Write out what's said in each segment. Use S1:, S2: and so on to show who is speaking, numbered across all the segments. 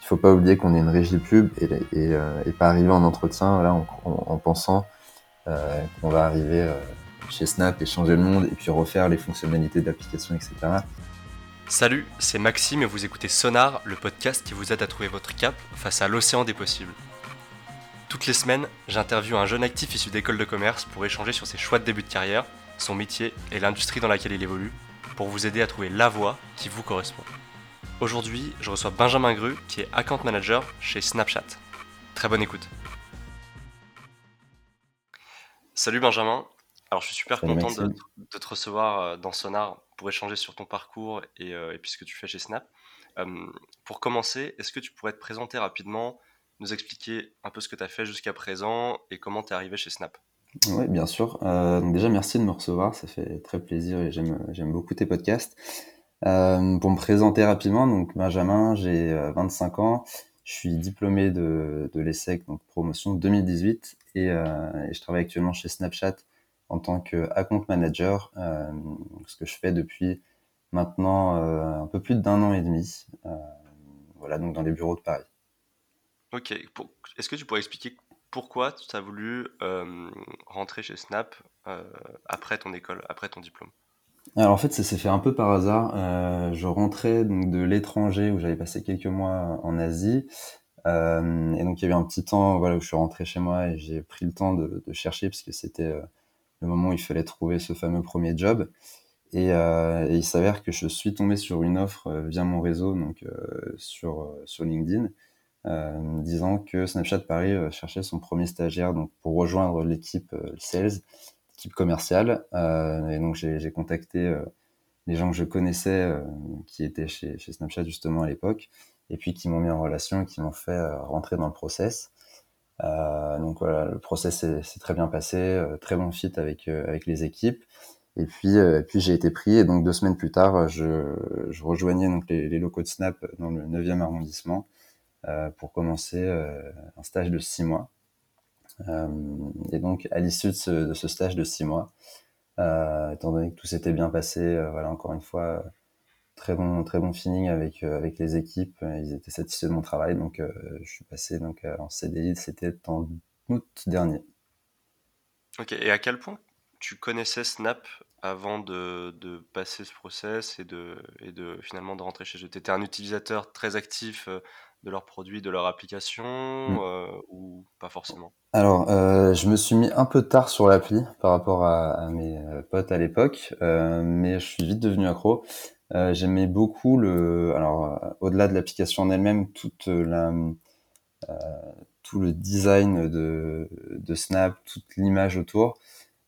S1: il faut pas oublier qu'on est une régie pub et pas arriver en entretien là en pensant qu'on va arriver chez Snap et changer le monde et puis refaire les fonctionnalités de l'application, etc.
S2: Salut, c'est Maxime et vous écoutez Sonar, le podcast qui vous aide à trouver votre cap face à l'océan des possibles. Toutes les semaines, j'interviewe un jeune actif issu d'école de commerce pour échanger sur ses choix de début de carrière, son métier et l'industrie dans laquelle il évolue, pour vous aider à trouver la voie qui vous correspond. Aujourd'hui, je reçois Benjamin Gru, qui est account manager chez Snapchat. Très bonne écoute. Salut Benjamin, alors je suis super
S1: Salut
S2: content
S1: Maxime.
S2: de te recevoir dans Sonar pour échanger sur ton parcours et puis ce que tu fais chez Snap. Euh, pour commencer, est-ce que tu pourrais te présenter rapidement, nous expliquer un peu ce que tu as fait jusqu'à présent et comment tu es arrivé chez Snap?
S1: Oui, bien sûr. Donc déjà, merci de me recevoir, ça fait très plaisir et j'aime beaucoup tes podcasts. Pour me présenter rapidement, donc Benjamin, j'ai 25 ans, je suis diplômé de l'ESSEC, donc promotion 2018, et je travaille actuellement chez Snapchat en tant que account manager, ce que je fais depuis maintenant un peu plus d'1 an et demi, voilà, donc dans les bureaux de Paris.
S2: Ok, est-ce que tu pourrais expliquer pourquoi tu as voulu rentrer chez Snap euh, après ton école, après ton diplôme?
S1: Alors en fait, ça s'est fait un peu par hasard. Je rentrais donc de l'étranger où j'avais passé quelques mois en Asie. Et donc il y avait un petit temps, voilà, où je suis rentré chez moi et j'ai pris le temps de chercher parce que c'était le moment où il fallait trouver ce fameux premier job. Et il s'avère que je suis tombé sur une offre via mon réseau, donc sur LinkedIn, disant que Snapchat Paris cherchait son premier stagiaire donc pour rejoindre l'équipe sales, l'équipe commerciale. Et donc j'ai contacté les gens que je connaissais qui étaient chez Snapchat justement à l'époque, et puis qui m'ont mis en relation et qui m'ont fait rentrer dans le process. Donc voilà, le process s'est très bien passé, très bon fit avec les équipes. Et puis j'ai été pris, et donc 2 semaines plus tard, je rejoignais donc les locaux de Snap dans le 9e arrondissement pour commencer un stage de 6 mois. Euh, et donc à l'issue de ce stage de 6 mois, étant donné que tout s'était bien passé, voilà, encore une fois, très bon feeling avec les équipes. Ils étaient satisfaits de mon travail, donc je suis passé donc en CDI. C'était en août dernier.
S2: Ok, et à quel point tu connaissais Snap avant de passer ce process et de finalement de rentrer chez eux? Tu étais un utilisateur très actif de leurs produits, de leur application
S1: Mm.
S2: ou pas forcément?
S1: Alors, je me suis mis un peu tard sur l'appli par rapport à mes potes à l'époque, mais je suis vite devenu accro. J'aimais beaucoup au-delà de l'application en elle-même, tout le design de Snap, toute l'image autour.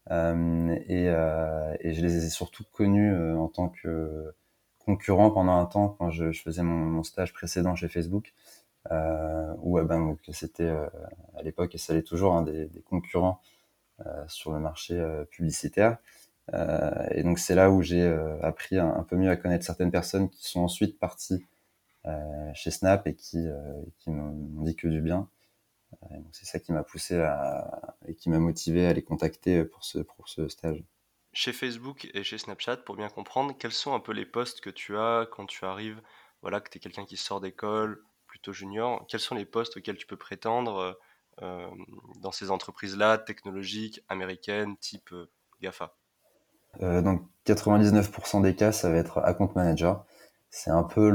S1: Et je les ai surtout connus en tant que concurrents pendant un temps quand je faisais mon stage précédent chez Facebook, où donc, c'était à l'époque, et ça l'est toujours, hein, des concurrents sur le marché publicitaire. Et donc c'est là où j'ai appris un peu mieux à connaître certaines personnes qui sont ensuite parties chez Snap et qui m'ont dit que du bien. Et donc c'est ça qui m'a poussé et qui m'a motivé à les contacter pour ce stage.
S2: Chez Facebook et chez Snapchat, pour bien comprendre, quels sont un peu les postes que tu as quand tu arrives, voilà, que tu es quelqu'un qui sort d'école, plutôt junior, quels sont les postes auxquels tu peux prétendre euh, dans ces entreprises-là, technologiques, américaines, type GAFA?
S1: Donc 99% des cas, ça va être account manager. C'est un peu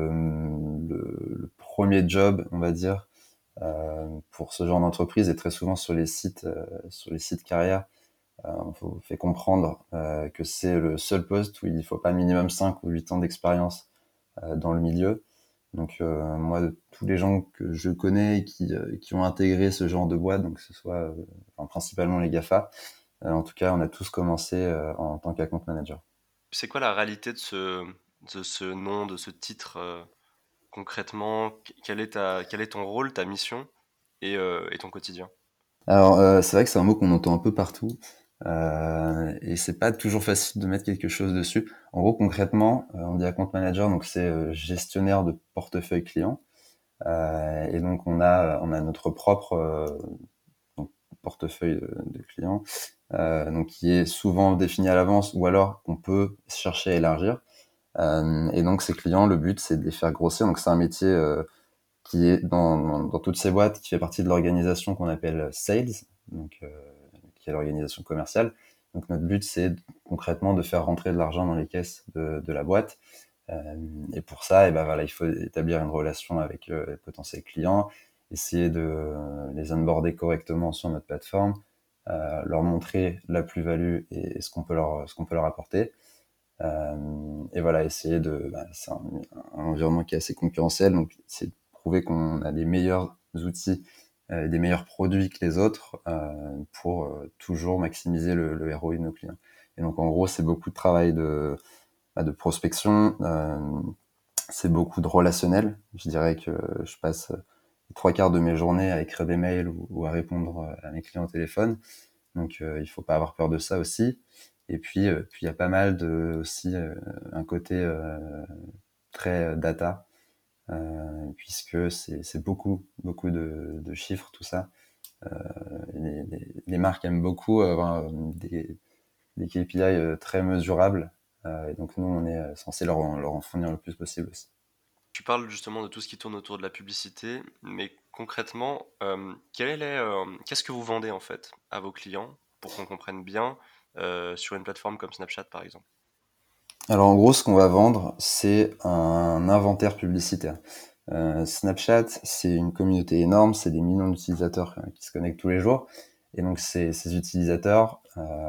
S1: le premier job, on va dire, pour ce genre d'entreprise. Et très souvent sur les sites carrières, on fait comprendre que c'est le seul poste où il faut pas minimum 5 ou 8 ans d'expérience dans le milieu. Donc moi, de tous les gens que je connais qui ont intégré ce genre de boîte, donc que ce soit enfin, principalement les GAFA, en tout cas, on a tous commencé en tant qu'account manager.
S2: C'est quoi la réalité de ce nom, de ce titre concrètement? Quel est ton rôle, ta mission et ton quotidien?
S1: Alors, c'est vrai que c'est un mot qu'on entend un peu partout, et c'est pas toujours facile de mettre quelque chose dessus. En gros, concrètement, on dit account manager, donc c'est gestionnaire de portefeuille client. Et donc on a notre propre donc, portefeuille de clients, donc qui est souvent défini à l'avance ou alors qu'on peut chercher à élargir. Et donc ces clients, le but c'est de les faire grossir. Donc c'est un métier qui est dans toutes ces boîtes, qui fait partie de l'organisation qu'on appelle Sales, donc qui est l'organisation commerciale. Donc notre but, c'est concrètement de faire rentrer de l'argent dans les caisses de la boîte. Et pour ça, et ben voilà, il faut établir une relation avec les potentiels clients, essayer de les onboarder correctement sur notre plateforme, leur montrer la plus-value et ce qu'on peut leur apporter. Et voilà, essayer c'est un environnement qui est assez concurrentiel, donc c'est de prouver qu'on a des meilleurs outils, des meilleurs produits que les autres pour toujours maximiser le ROI de nos clients. Et donc en gros, c'est beaucoup de travail de prospection, c'est beaucoup de relationnel. Je dirais que je passe les 3/4 de mes journées à écrire des mails ou à répondre à mes clients au téléphone. Donc il faut pas avoir peur de ça aussi. Et puis il y a pas mal de aussi un côté très data, puisque c'est beaucoup de chiffres, tout ça. Les marques aiment beaucoup avoir des KPI très mesurables. Et donc nous, on est censé leur en fournir le plus possible aussi.
S2: Tu parles justement de tout ce qui tourne autour de la publicité, mais concrètement, qu'est-ce que vous vendez en fait à vos clients pour qu'on comprenne bien sur une plateforme comme Snapchat par exemple?
S1: Alors en gros, ce qu'on va vendre, c'est un inventaire publicitaire. Snapchat, c'est une communauté énorme, c'est des millions d'utilisateurs qui se connectent tous les jours. Et donc ces utilisateurs,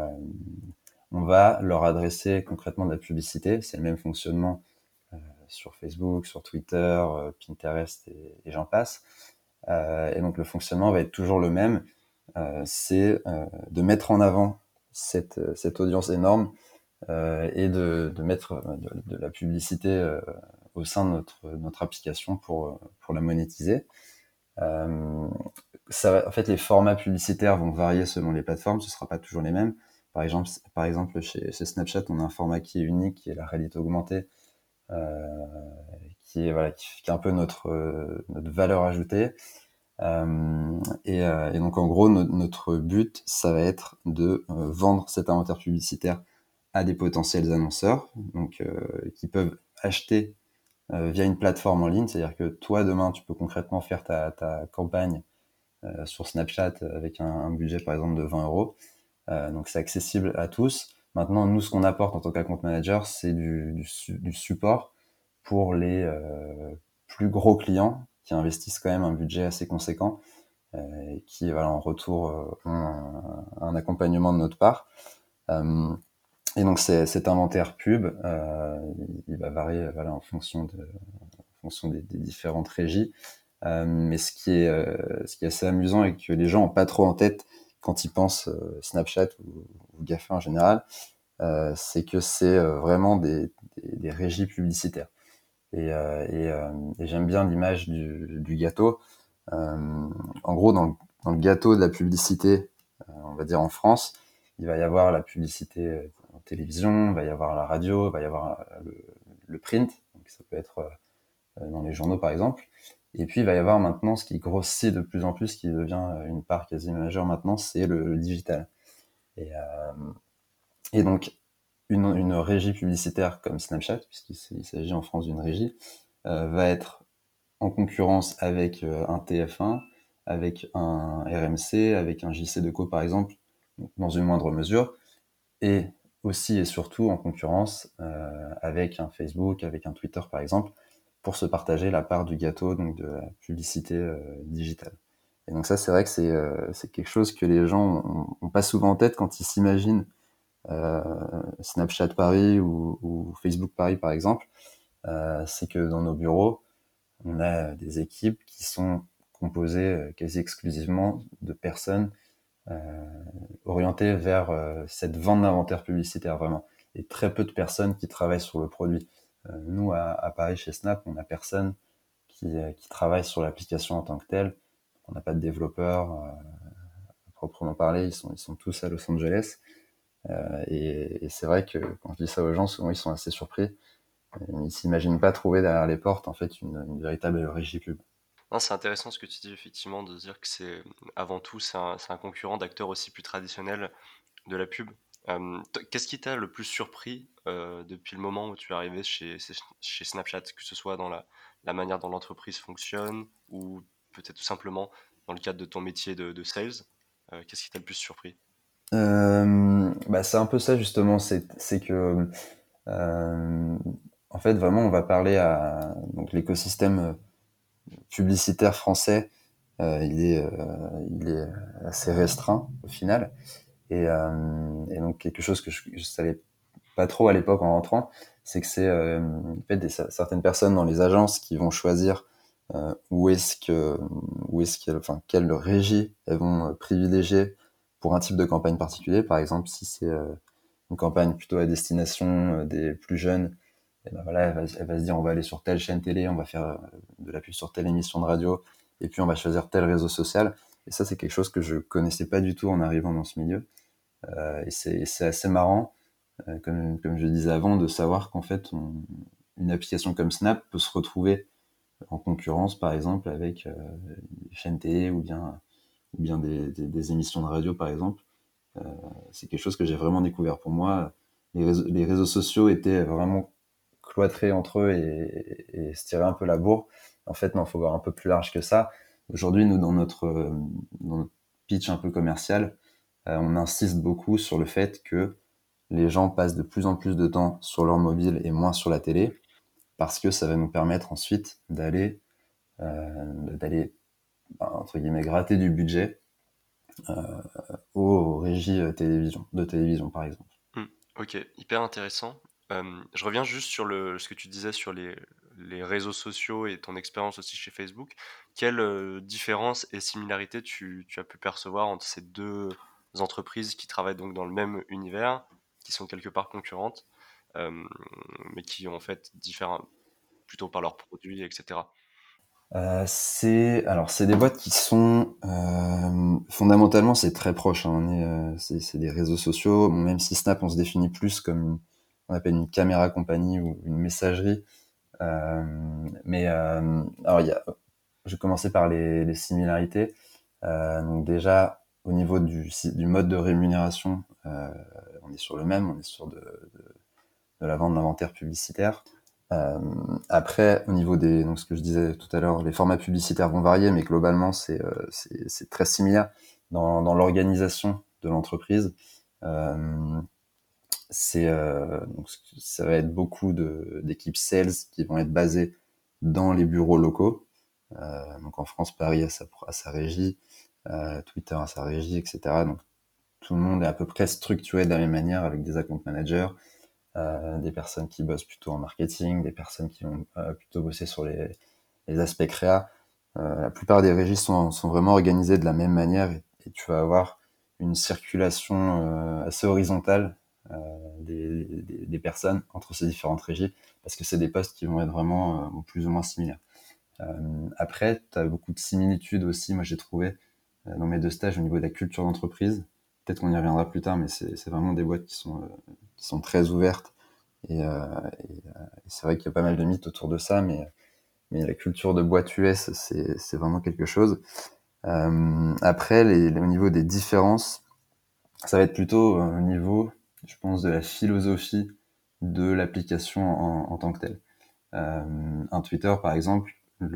S1: on va leur adresser concrètement de la publicité. C'est le même fonctionnement sur Facebook, sur Twitter, Pinterest et j'en passe. Et donc le fonctionnement va être toujours le même. C'est de mettre en avant cette audience énorme et de mettre de la publicité au sein de notre application pour la monétiser. En fait, les formats publicitaires vont varier selon les plateformes, ce sera pas toujours les mêmes. Par exemple chez Snapchat, on a un format qui est unique, qui est la réalité augmentée, euh, qui est un peu notre valeur ajoutée. Et donc en gros, notre but, ça va être de vendre cet inventaire publicitaire à des potentiels annonceurs, donc qui peuvent acheter via une plateforme en ligne, c'est-à-dire que toi demain tu peux concrètement faire ta campagne sur Snapchat avec un budget par exemple de 20 euros. Donc c'est accessible à tous. Maintenant, nous, ce qu'on apporte en tant qu'account manager, c'est du support pour les plus gros clients qui investissent quand même un budget assez conséquent et qui, voilà, en retour, ont un accompagnement de notre part. Et donc cet inventaire pub, il va varier, voilà, en fonction des différentes régies. Mais ce qui est assez amusant et que les gens ont pas trop en tête quand ils pensent Snapchat ou GAFA en général, c'est que c'est vraiment des régies publicitaires. Et j'aime bien l'image du gâteau. En gros, dans le gâteau de la publicité, on va dire en France, il va y avoir la publicité en télévision, il va y avoir la radio, il va y avoir le print, donc ça peut être dans les journaux par exemple. Et puis il va y avoir maintenant ce qui grossit de plus en plus, qui devient une part quasi majeure maintenant, c'est le digital. Et donc une régie publicitaire comme Snapchat, puisqu'il s'agit en France d'une régie, va être en concurrence avec un TF1, avec un RMC, avec un JC Deco par exemple, dans une moindre mesure, et aussi et surtout en concurrence avec un Facebook, avec un Twitter par exemple, pour se partager la part du gâteau, donc de la publicité digitale. Et donc ça, c'est vrai que c'est quelque chose que les gens ont pas souvent en tête quand ils s'imaginent euh, Snapchat Paris ou Facebook Paris par exemple. C'est que dans nos bureaux, on a des équipes qui sont composées quasi exclusivement de personnes orientées vers cette vente d'inventaire publicitaire vraiment, et très peu de personnes qui travaillent sur le produit. Nous, à Paris, chez Snap, on a personne qui travaille sur l'application en tant que telle. On n'a pas de développeurs à proprement parler, ils sont tous à Los Angeles. Et c'est vrai que quand je dis ça aux gens, souvent ils sont assez surpris. Ils s'imaginent pas trouver derrière les portes en fait une véritable régie pub.
S2: Non, c'est intéressant ce que tu dis effectivement de dire que avant tout c'est un concurrent d'acteurs aussi plus traditionnels de la pub. Qu'est-ce qui t'a le plus surpris depuis le moment où tu es arrivé chez Snapchat, que ce soit dans la manière dont l'entreprise fonctionne ou peut-être tout simplement dans le cadre de ton métier de sales? Qu'est-ce qui t'a le plus surpris?
S1: Bah, c'est un peu ça justement, c'est que euh, en fait vraiment on va parler à donc l'écosystème publicitaire français, il est assez restreint au final. Et donc quelque chose que je savais pas trop à l'époque en rentrant, c'est que c'est en fait certaines personnes dans les agences qui vont choisir où est-ce qu'elles, enfin quelle régie elles vont privilégier pour un type de campagne particulier. Par exemple, si c'est une campagne plutôt à destination des plus jeunes, et ben voilà, elle va se dire on va aller sur telle chaîne télé, on va faire de la pub sur telle émission de radio, et puis on va choisir tel réseau social. Et ça, c'est quelque chose que je connaissais pas du tout en arrivant dans ce milieu. Et c'est assez marrant, comme je disais avant, de savoir qu'en fait, une application comme Snap peut se retrouver en concurrence, par exemple, avec des chaînes télé ou bien des émissions de radio, par exemple. Euh, c'est quelque chose que j'ai vraiment découvert. Pour moi, les réseaux sociaux étaient vraiment cloîtrés entre eux et se tiraient un peu la bourre. En fait, non, il faut voir un peu plus large que ça. Aujourd'hui, nous, dans notre pitch un peu commercial, on insiste beaucoup sur le fait que les gens passent de plus en plus de temps sur leur mobile et moins sur la télé, parce que ça va nous permettre ensuite d'aller entre guillemets gratter du budget aux régies de télévision par exemple.
S2: Hmm, ok, hyper intéressant. Je reviens juste sur ce que tu disais sur les réseaux sociaux et ton expérience aussi chez Facebook. Quelle différence et similarité tu as pu percevoir entre ces deux entreprises qui travaillent donc dans le même univers, qui sont quelque part concurrentes, euh, mais qui en fait diffèrent plutôt par leurs produits, etc.
S1: C'est des boîtes qui sont fondamentalement c'est très proche, hein. C'est des réseaux sociaux. Bon, même si Snap on se définit plus comme on appelle une caméra compagnie ou une messagerie. Euh, alors je vais commencer par les similarités. Donc déjà au niveau du mode de rémunération, on est sur le même, on est sur de la vente d'inventaire publicitaire. Euh, Après, au niveau donc ce que je disais tout à l'heure, les formats publicitaires vont varier, mais globalement, c'est très similaire dans l'organisation de l'entreprise. Euh, donc, ça va être beaucoup d'équipes sales qui vont être basées dans les bureaux locaux. Donc en France, Paris a sa régie, Twitter a sa régie, etc. Donc tout le monde est à peu près structuré de la même manière avec des account managers, des personnes qui bossent plutôt en marketing, des personnes qui vont plutôt bosser sur les aspects créa. La plupart des régies sont vraiment organisées de la même manière et tu vas avoir une circulation assez horizontale des personnes entre ces différentes régies parce que c'est des postes qui vont être vraiment plus ou moins similaires. Après, tu as beaucoup de similitudes aussi, moi j'ai trouvé dans mes deux stages au niveau de la culture d'entreprise. Peut-être qu'on y reviendra plus tard, mais c'est vraiment des boîtes qui sont très ouvertes. Et c'est vrai qu'il y a pas mal de mythes autour de ça, mais la culture de boîte US, c'est vraiment quelque chose. Après, au niveau des différences, ça va être plutôt au niveau, je pense, de la philosophie de l'application en tant que telle. Un Twitter, par exemple,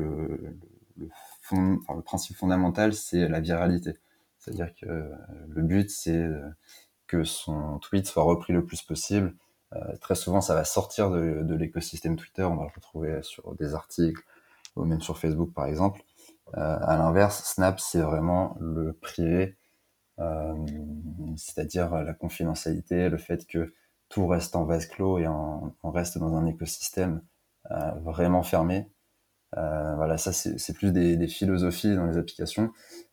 S1: le le principe fondamental, c'est la viralité. C'est-à-dire que le but, c'est que son tweet soit repris le plus possible. Très souvent, ça va sortir de l'écosystème Twitter. On va le retrouver sur des articles ou même sur Facebook, par exemple. À l'inverse, Snap, c'est vraiment le privé, euh, c'est-à-dire la confidentialité, le fait que tout reste en vase clos et on reste dans un écosystème vraiment fermé. Voilà, ça c'est plus des philosophies dans les applications.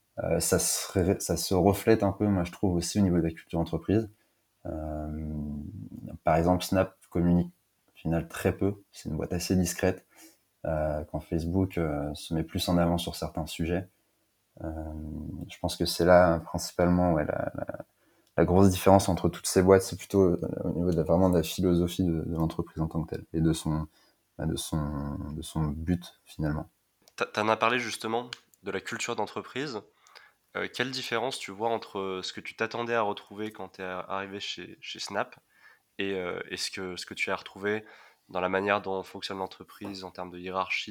S1: Ça se reflète un peu, moi je trouve aussi au niveau de la culture entreprise. Euh, Par exemple, Snap communique au final très peu. C'est une boîte assez discrète. Quand Facebook se met plus en avant sur certains sujets. Euh, je pense que c'est là principalement ouais, la grosse différence entre toutes ces boîtes, c'est plutôt au niveau vraiment de la philosophie de l'entreprise en tant que telle et de son but finalement.
S2: T'en as parlé justement de la culture d'entreprise. Quelle différence tu vois entre ce que tu t'attendais à retrouver quand tu es arrivé chez Snap et ce que tu as retrouvé dans la manière dont fonctionne l'entreprise en termes de hiérarchie,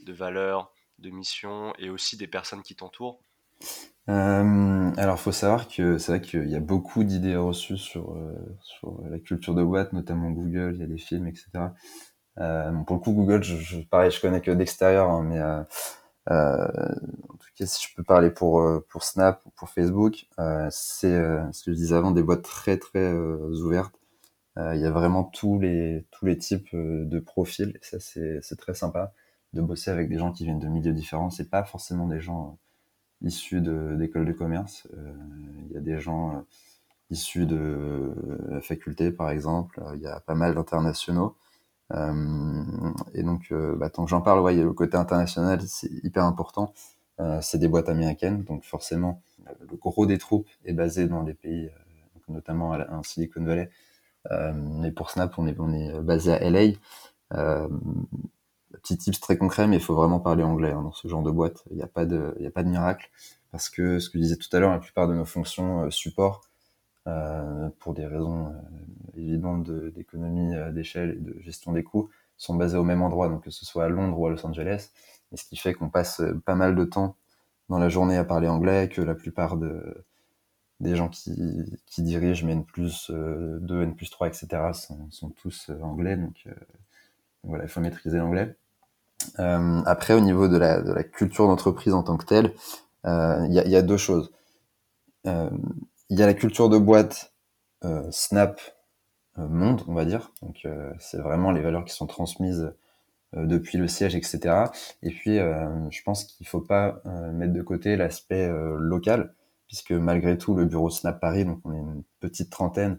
S2: de valeurs, de missions et aussi des personnes qui t'entourent?
S1: Alors, faut savoir que c'est vrai qu'il y a beaucoup d'idées reçues sur la culture de boîte, notamment Google, il y a des films, etc. Bon, pour le coup, Google, pareil, je connais que d'extérieur, hein, mais en tout cas, si je peux parler pour Snap ou pour Facebook, c'est ce que je disais avant, des boîtes très très ouvertes. Il y a vraiment tous les types de profils, et ça c'est très sympa de bosser avec des gens qui viennent de milieux différents. C'est pas forcément des gens issus d'écoles de commerce. Il y a des gens issus de la faculté, par exemple. Il y a pas mal d'internationaux. Et donc, tant que j'en parle, ouais, le côté international, c'est hyper important. C'est des boîtes américaines, donc forcément, le gros des troupes est basé dans les pays, donc notamment en Silicon Valley. Mais pour Snap, on est basé à LA. Euh, Petit tips très concret, mais il faut vraiment parler anglais dans ce genre de boîte. Il y a pas de miracle, parce que ce que je disais tout à l'heure, la plupart de nos fonctions support, pour des raisons évidentes d'économie d'échelle et de gestion des coûts, sont basées au même endroit, donc que ce soit à Londres ou à Los Angeles. Et ce qui fait qu'on passe pas mal de temps dans la journée à parler anglais, que la plupart des gens qui dirigent, mais N+2, N+3, etc., sont tous anglais, donc voilà, il faut maîtriser l'anglais. Après, au niveau de la culture d'entreprise en tant que telle, il y a deux choses. Euh, Il y a la culture de boîte Snap monde, on va dire. Donc, c'est vraiment les valeurs qui sont transmises depuis le siège, etc. Et puis, je pense qu'il faut pas mettre de côté l'aspect local, puisque malgré tout, le bureau Snap Paris, donc on est une petite trentaine,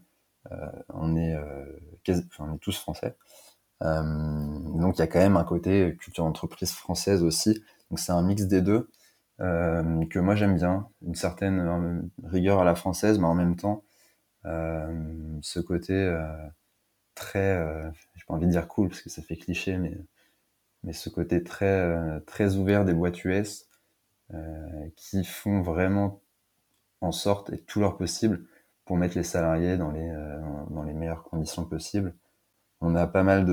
S1: on est tous français. Donc il y a quand même un côté culture d'entreprise française aussi. Donc c'est un mix des deux que moi j'aime bien, une certaine rigueur à la française, mais en même temps ce côté très, j'ai pas envie de dire cool parce que ça fait cliché, mais ce côté très très ouvert des boîtes US qui font vraiment en sorte et tout leur possible pour mettre les salariés dans les meilleures conditions possibles. On a pas mal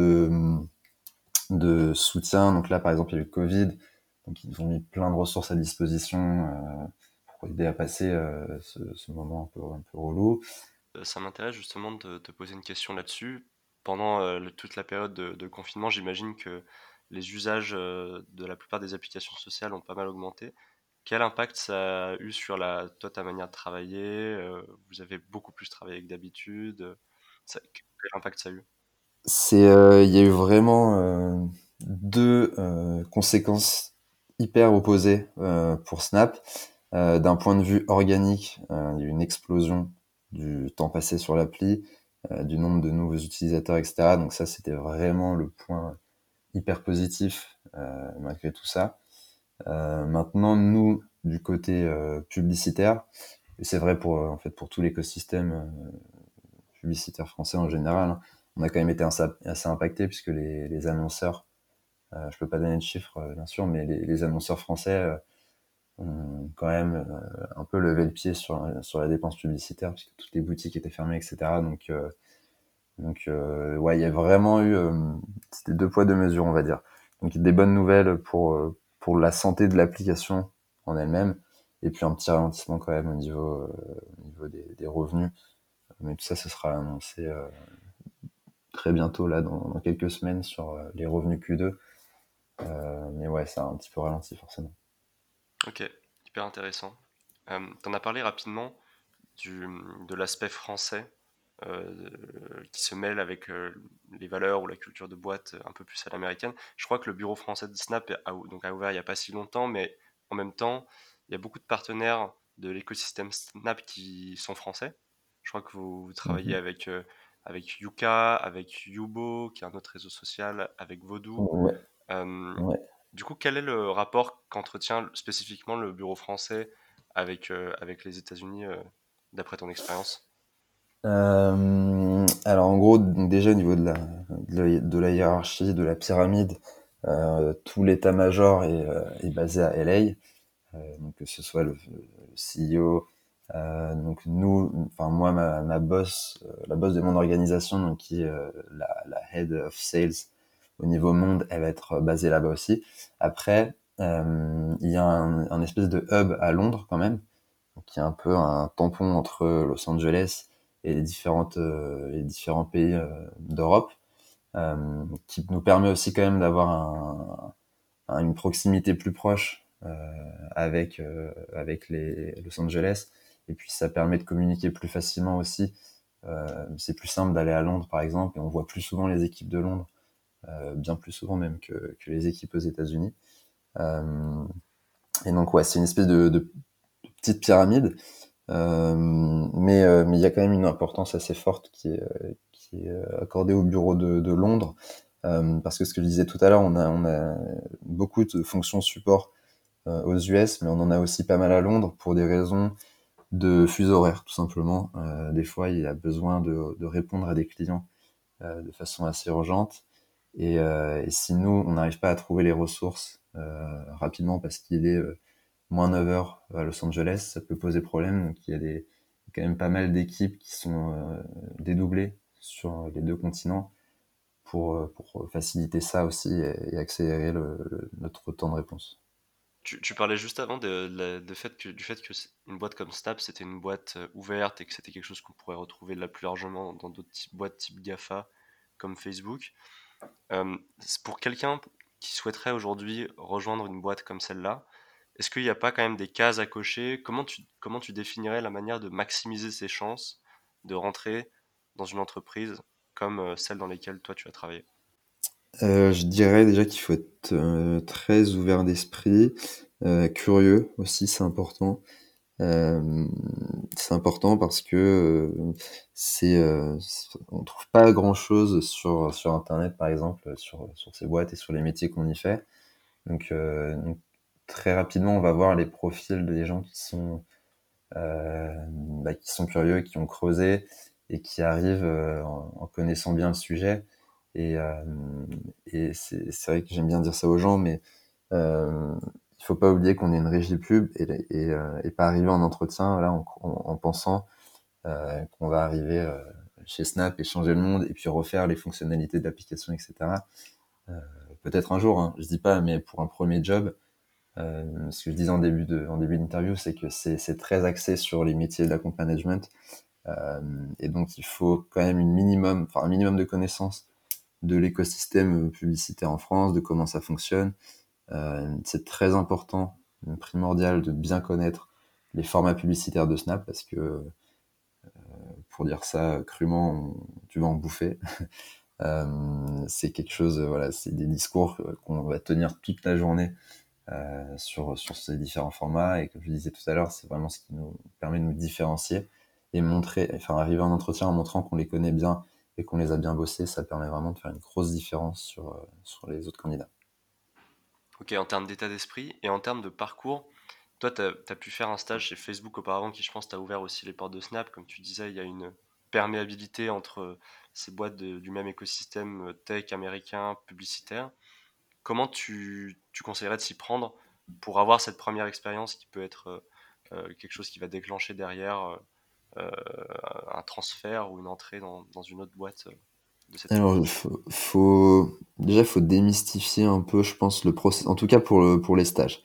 S1: de soutien. Donc là, par exemple, il y a eu le Covid, donc ils ont mis plein de ressources à disposition pour aider à passer ce moment un peu relou.
S2: Ça m'intéresse justement de te poser une question là-dessus. Pendant toute la période de confinement, j'imagine que les usages de la plupart des applications sociales ont pas mal augmenté. Quel impact ça a eu sur toi, ta manière de travailler? Vous avez beaucoup plus travaillé que d'habitude? Quel impact ça a eu?
S1: Il y a eu vraiment deux conséquences hyper opposées pour Snap. D'un point de vue organique, il y a eu une explosion du temps passé sur l'appli, du nombre de nouveaux utilisateurs, etc. Donc ça, c'était vraiment le point hyper positif malgré tout ça. Maintenant, nous, du côté publicitaire, et c'est vrai en fait pour tout l'écosystème publicitaire français en général, hein, on a quand même été assez impacté puisque les annonceurs, je peux pas donner de chiffres bien sûr, mais les annonceurs français ont quand même un peu levé le pied sur la dépense publicitaire puisque toutes les boutiques étaient fermées, etc. Donc ouais, il y a vraiment eu c'était deux poids deux mesures, on va dire. Donc des bonnes nouvelles pour la santé de l'application en elle-même, et puis un petit ralentissement quand même au niveau des revenus. Mais tout ça, ce sera annoncé très bientôt là, dans quelques semaines sur les revenus Q2. Mais ouais, ça a un petit peu ralenti forcément.
S2: Ok, hyper intéressant. T'en as parlé rapidement de l'aspect français qui se mêle avec les valeurs ou la culture de boîte un peu plus à l'américaine. Je crois que le bureau français de Snap a ouvert il n'y a pas si longtemps, mais en même temps, il y a beaucoup de partenaires de l'écosystème Snap qui sont français. Je crois que vous travaillez
S1: Mhm.
S2: avec Yuka, avec Yubo, qui est un autre réseau social, avec Vodoo.
S1: Ouais,
S2: Euh,
S1: ouais.
S2: du coup, quel est le rapport qu'entretient spécifiquement le bureau français avec les États-Unis, d'après ton expérience?
S1: Alors en gros, donc déjà au niveau de la hiérarchie, de la pyramide, tout l'état-major est basé à LA. Donc que ce soit le CEO, donc nous, enfin moi, ma boss, la boss de mon organisation, donc qui est la head of sales, au niveau monde, elle va être basée là-bas aussi. Après, il y a un espèce de hub à Londres quand même, qui est un peu un tampon entre Los Angeles et les différents pays d'Europe, qui nous permet aussi quand même d'avoir une proximité plus proche avec les Los Angeles. Et puis ça permet de communiquer plus facilement aussi. C'est plus simple d'aller à Londres par exemple, et on voit plus souvent les équipes de Londres, bien plus souvent même que les équipes aux États-Unis. Euh, et donc ouais, c'est une espèce de petite pyramide, mais il y a quand même une importance assez forte qui est accordée au bureau de Londres, parce que ce que je disais tout à l'heure, on a beaucoup de fonctions support aux US, mais on en a aussi pas mal à Londres pour des raisons de fuseau horaire, tout simplement. Des fois, il y a besoin de répondre à des clients de façon assez urgente. Et si nous, on n'arrive pas à trouver les ressources rapidement parce qu'il est moins 9 heures à Los Angeles, ça peut poser problème. Donc quand même pas mal d'équipes qui sont dédoublées sur les deux continents pour faciliter ça aussi et accélérer notre temps de réponse.
S2: Tu parlais juste avant du fait que une boîte comme Snap, c'était une boîte ouverte et que c'était quelque chose qu'on pourrait retrouver là plus largement dans d'autres boîtes type GAFA comme Facebook. C'est pour quelqu'un qui souhaiterait aujourd'hui rejoindre une boîte comme celle-là, est-ce qu'il n'y a pas quand même des cases à cocher? Comment tu définirais la manière de maximiser ses chances de rentrer dans une entreprise comme celle dans laquelle toi tu as travaillé?
S1: Je dirais déjà qu'il faut être très ouvert d'esprit, curieux aussi, c'est important. Euh, c'est important parce que on trouve pas grand-chose sur Internet, par exemple, sur ces boîtes et sur les métiers qu'on y fait. Donc, très rapidement, on va voir les profils des gens qui sont curieux, qui ont creusé et qui arrivent en connaissant bien le sujet. Et, euh, et c'est vrai que j'aime bien dire ça aux gens, mais euh, il faut pas oublier qu'on est une régie pub et pas arriver en entretien là en pensant qu'on va arriver chez Snap et changer le monde et puis refaire les fonctionnalités de l'application, etc. Euh, Peut-être un jour, hein, je dis pas, mais pour un premier job, ce que je disais en début d'interview, c'est que c'est très axé sur les métiers de la compte management, et donc il faut quand même un minimum de connaissances de l'écosystème publicitaire en France, de comment ça fonctionne. C'est très important, primordial de bien connaître les formats publicitaires de Snap parce que, pour dire ça crûment, tu vas en bouffer. C'est quelque chose, voilà, c'est des discours qu'on va tenir toute la journée sur ces différents formats. Et comme je disais tout à l'heure, c'est vraiment ce qui nous permet de nous différencier et arriver en entretien en montrant qu'on les connaît bien et qu'on les a bien bossés, ça permet vraiment de faire une grosse différence sur les autres candidats.
S2: Ok, en termes d'état d'esprit et en termes de parcours, toi, tu as pu faire un stage chez Facebook auparavant qui, je pense, t'a ouvert aussi les portes de Snap. Comme tu disais, il y a une perméabilité entre ces boîtes du même écosystème tech américain publicitaire. Comment tu conseillerais de s'y prendre pour avoir cette première expérience qui peut être quelque chose qui va déclencher derrière euh, un transfert ou une entrée dans une autre boîte de cette
S1: Alors,
S2: taille?
S1: déjà, faut démystifier un peu, je pense, le process, en tout cas pour les stages.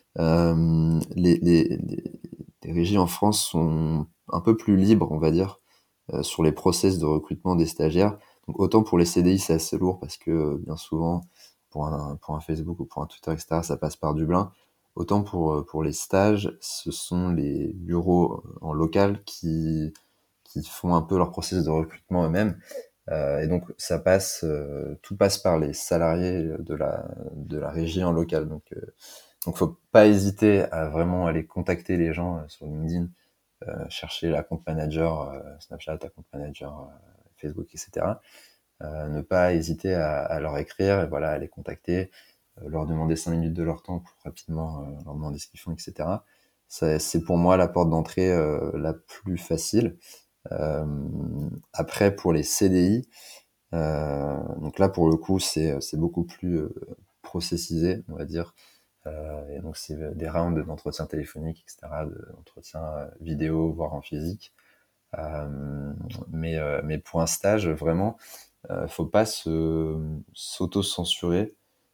S1: Les régies en France sont un peu plus libres, on va dire, sur les process de recrutement des stagiaires. Donc autant pour les CDI, c'est assez lourd parce que bien souvent, pour un Facebook ou pour un Twitter, etc., ça passe par Dublin. Autant pour les stages, ce sont les bureaux en local qui font un peu leur process de recrutement eux-mêmes. Et donc tout passe par les salariés de la régie en local. Donc faut pas hésiter à vraiment aller contacter les gens sur LinkedIn, chercher la compte manager Snapchat, la compte manager Facebook, etc. Ne pas hésiter à leur écrire et voilà, à les contacter, leur demander 5 minutes de leur temps pour rapidement leur demander ce qu'ils font, etc. C'est pour moi la porte d'entrée la plus facile. Euh, Après, pour les CDI, donc là, pour le coup, c'est beaucoup plus processisé, on va dire. Et donc, c'est des rounds d'entretien téléphonique, etc., d'entretien vidéo, voire en physique. Mais pour un stage, vraiment, faut pas s'auto-censurer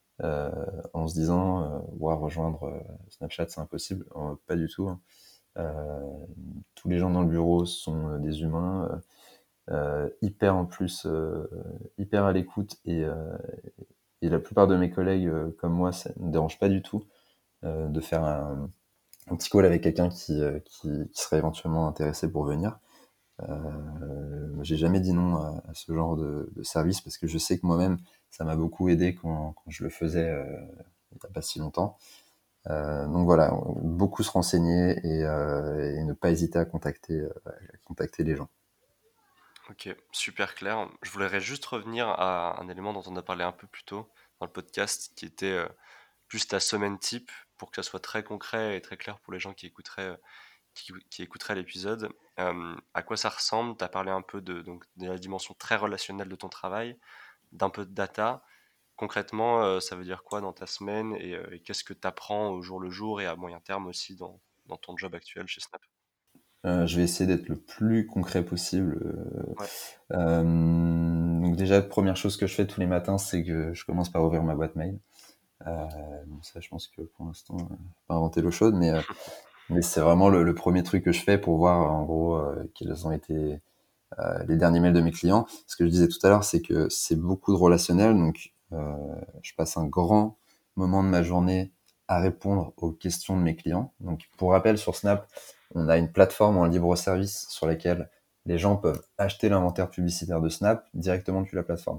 S1: en se disant rejoindre Snapchat c'est impossible. Pas du tout, hein. Tous les gens dans le bureau sont des humains, hyper en plus, hyper à l'écoute et la plupart de mes collègues comme moi, ça ne me dérange pas du tout de faire un petit call avec quelqu'un qui serait éventuellement intéressé pour venir. J'ai jamais dit non à ce genre de service parce que je sais que moi-même, ça m'a beaucoup aidé quand je le faisais il n'y a pas si longtemps. Donc voilà, beaucoup se renseigner et ne pas hésiter à contacter les gens.
S2: Ok, super clair. Je voudrais juste revenir à un élément dont on a parlé un peu plus tôt dans le podcast, qui était plus ta semaine type, pour que ça soit très concret et très clair pour les gens qui écouteraient l'épisode. À quoi ça ressemble? Tu as parlé un peu de la dimension très relationnelle de ton travail, d'un peu de data. Concrètement, ça veut dire quoi dans ta semaine et qu'est-ce que tu apprends au jour le jour et à moyen terme aussi dans ton job actuel chez Snap?
S1: Je vais essayer d'être le plus concret possible.
S2: Ouais.
S1: Donc déjà, première chose que je fais tous les matins, c'est que je commence par ouvrir ma boîte mail. Bon, ça, je pense que pour l'instant, pas inventé l'eau chaude, mais c'est vraiment le premier truc que je fais pour voir en gros quels ont été les derniers mails de mes clients. Ce que je disais tout à l'heure, c'est que c'est beaucoup de relationnel, donc je passe un grand moment de ma journée à répondre aux questions de mes clients. Donc pour rappel, sur Snap, on a une plateforme en libre service sur laquelle les gens peuvent acheter l'inventaire publicitaire de Snap directement depuis la plateforme.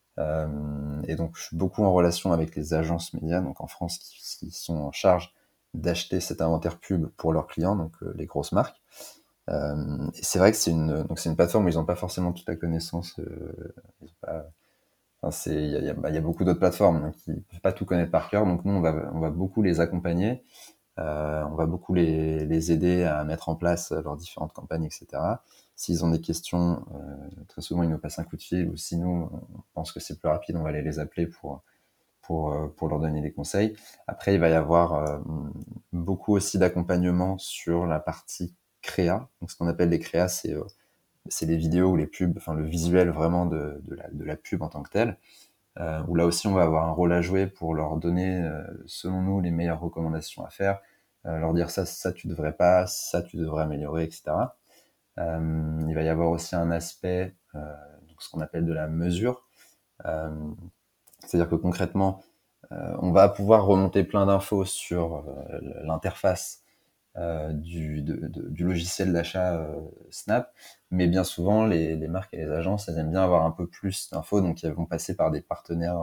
S1: Et donc je suis beaucoup en relation avec les agences médias, donc en France, qui sont en charge d'acheter cet inventaire pub pour leurs clients, donc les grosses marques. Et c'est vrai que c'est une plateforme où ils n'ont pas forcément toute la connaissance. Ils ont pas, enfin, il y a beaucoup d'autres plateformes hein, qui ne peuvent pas tout connaître par cœur. Donc nous, on va beaucoup les accompagner. On va beaucoup les aider à mettre en place leurs différentes campagnes, etc. S'ils ont des questions, très souvent ils nous passent un coup de fil. Ou si nous, on pense que c'est plus rapide, on va aller les appeler pour leur donner des conseils. Après, il va y avoir beaucoup aussi d'accompagnement sur la partie créa. Donc, ce qu'on appelle les créas, c'est les vidéos ou les pubs, enfin le visuel vraiment de la pub en tant que telle. Où là aussi, on va avoir un rôle à jouer pour leur donner, selon nous, les meilleures recommandations à faire, leur dire ça tu devrais pas, ça tu devrais améliorer, etc. Il va y avoir aussi un aspect, donc ce qu'on appelle de la mesure. Euh, C'est-à-dire que concrètement, on va pouvoir remonter plein d'infos sur l'interface du logiciel d'achat Snap, mais bien souvent, les marques et les agences, elles aiment bien avoir un peu plus d'infos, donc elles vont passer par des partenaires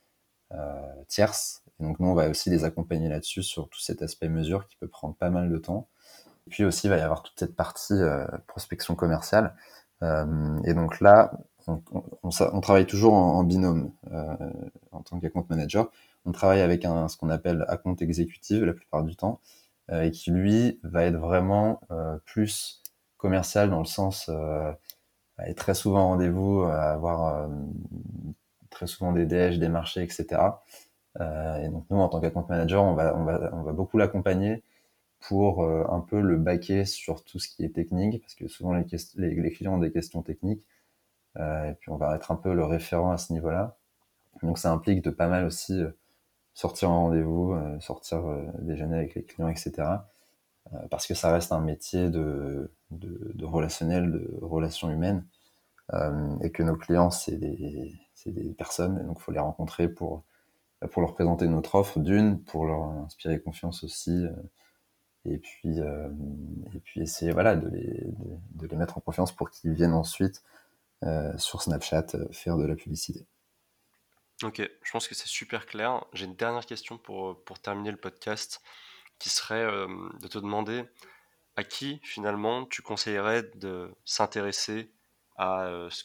S1: tierces. Et donc nous, on va aussi les accompagner là-dessus, sur tout cet aspect mesure qui peut prendre pas mal de temps. Et puis aussi, il va y avoir toute cette partie prospection commerciale. Et donc là, on travaille toujours en binôme en tant qu'account manager. On travaille avec ce qu'on appelle account exécutif la plupart du temps, et qui lui va être vraiment plus commercial dans le sens à être très souvent en rendez-vous, à avoir très souvent des déj, des marchés, etc. Et donc nous, en tant qu'account manager, on va beaucoup l'accompagner pour un peu le baquer sur tout ce qui est technique, parce que souvent les clients ont des questions techniques, et puis on va être un peu le référent à ce niveau-là. Donc ça implique de pas mal aussi sortir en rendez-vous, sortir déjeuner avec les clients, etc. Parce que ça reste un métier de relationnel, de relations humaines, et que nos clients, c'est des personnes, et donc il faut les rencontrer pour leur présenter notre offre d'une, pour leur inspirer confiance aussi, et puis essayer voilà, de les mettre en confiance pour qu'ils viennent ensuite sur Snapchat faire de la publicité.
S2: Ok, je pense que c'est super clair. J'ai une dernière question pour terminer le podcast, qui serait de te demander à qui finalement tu conseillerais de s'intéresser à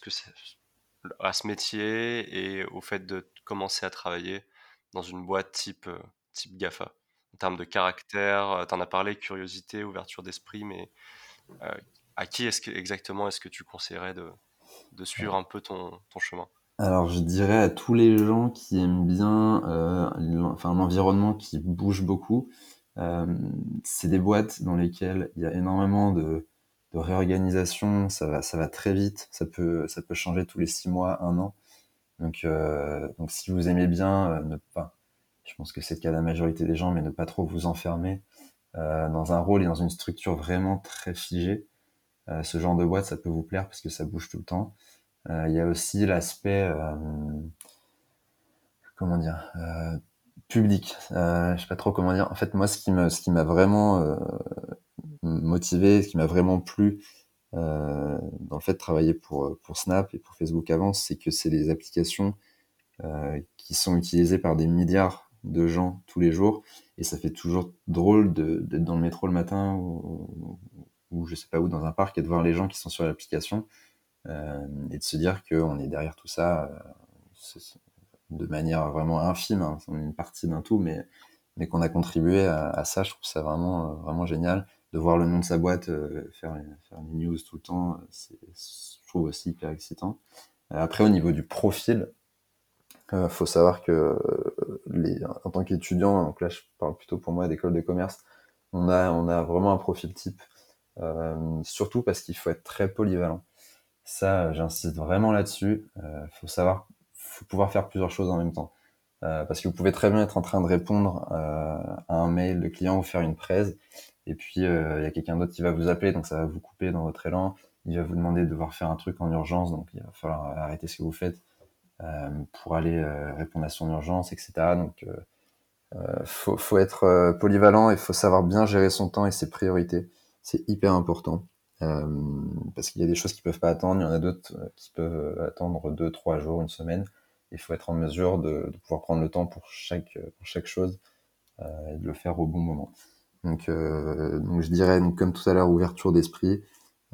S2: à ce métier et au fait de commencer à travailler dans une boîte type GAFA. En termes de caractère, t'en as parlé, curiosité, ouverture d'esprit, mais euh, à qui exactement est-ce que tu conseillerais de suivre un peu ton chemin?
S1: Alors je dirais à tous les gens qui aiment bien un environnement qui bouge beaucoup, euh, c'est des boîtes dans lesquelles il y a énormément de réorganisation, ça va très vite, ça peut changer tous les 6 mois, un an. Donc si vous aimez bien, ne pas, je pense que c'est le cas de la majorité des gens, mais ne pas trop vous enfermer dans un rôle et dans une structure vraiment très figée. Ce genre de boîte, ça peut vous plaire parce que ça bouge tout le temps. Il y a aussi l'aspect, comment dire, public. Je sais pas trop comment dire. En fait, moi, ce qui m'a vraiment motivé, ce qui m'a vraiment plu dans le fait de travailler pour Snap et pour Facebook avant, c'est que c'est des applications qui sont utilisées par des milliards de gens tous les jours, et ça fait toujours drôle d'être dans le métro le matin ou je sais pas où, dans un parc, et de voir les gens qui sont sur l'application et de se dire qu'on est derrière tout ça de manière vraiment infime, hein, on est une partie d'un tout, mais qu'on a contribué à ça. Je trouve ça vraiment génial. De voir le nom de sa boîte faire les news tout le temps, je trouve aussi hyper excitant. Après, au niveau du profil, faut savoir que en tant qu'étudiant, donc là je parle plutôt pour moi d'école de commerce, on a vraiment un profil type, surtout parce qu'il faut être très polyvalent. Ça, j'insiste vraiment là-dessus. Faut pouvoir faire plusieurs choses en même temps. Parce que vous pouvez très bien être en train de répondre à un mail de client ou faire une presse, et puis il y a quelqu'un d'autre qui va vous appeler, donc ça va vous couper dans votre élan. Il va vous demander de devoir faire un truc en urgence, donc il va falloir arrêter ce que vous faites pour aller répondre à son urgence, etc. Donc faut être polyvalent et faut savoir bien gérer son temps et ses priorités. C'est hyper important. Parce qu'il y a des choses qui peuvent pas attendre, il y en a d'autres qui peuvent attendre 2-3 jours, une semaine. Il faut être en mesure de pouvoir prendre le temps pour chaque chose et de le faire au bon moment. Donc je dirais, donc, comme tout à l'heure, ouverture d'esprit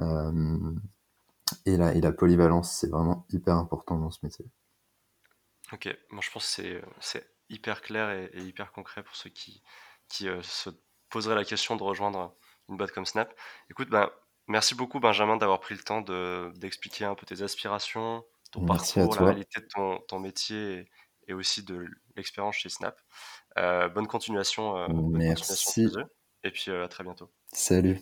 S1: et la polyvalence, c'est vraiment hyper important dans ce métier.
S2: Ok, moi je pense que c'est hyper clair et hyper concret pour ceux qui se poseraient la question de rejoindre une boîte comme Snap. Écoute, ben, merci beaucoup Benjamin d'avoir pris le temps d'expliquer un peu tes aspirations, ton
S1: Merci à
S2: parcours, la
S1: toi.
S2: réalité de ton métier et aussi de l'expérience chez Snap. Bonne continuation
S1: Merci.
S2: chez eux et puis à très bientôt.
S1: Salut.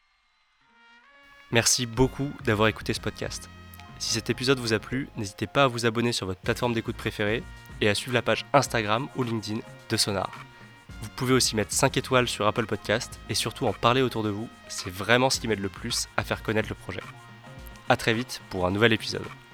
S2: Merci beaucoup d'avoir écouté ce podcast. Si cet épisode vous a plu, n'hésitez pas à vous abonner sur votre plateforme d'écoute préférée et à suivre la page Instagram ou LinkedIn de Sonar. Vous pouvez aussi mettre 5 étoiles sur Apple Podcast et surtout en parler autour de vous, c'est vraiment ce qui m'aide le plus à faire connaître le projet. A très vite pour un nouvel épisode.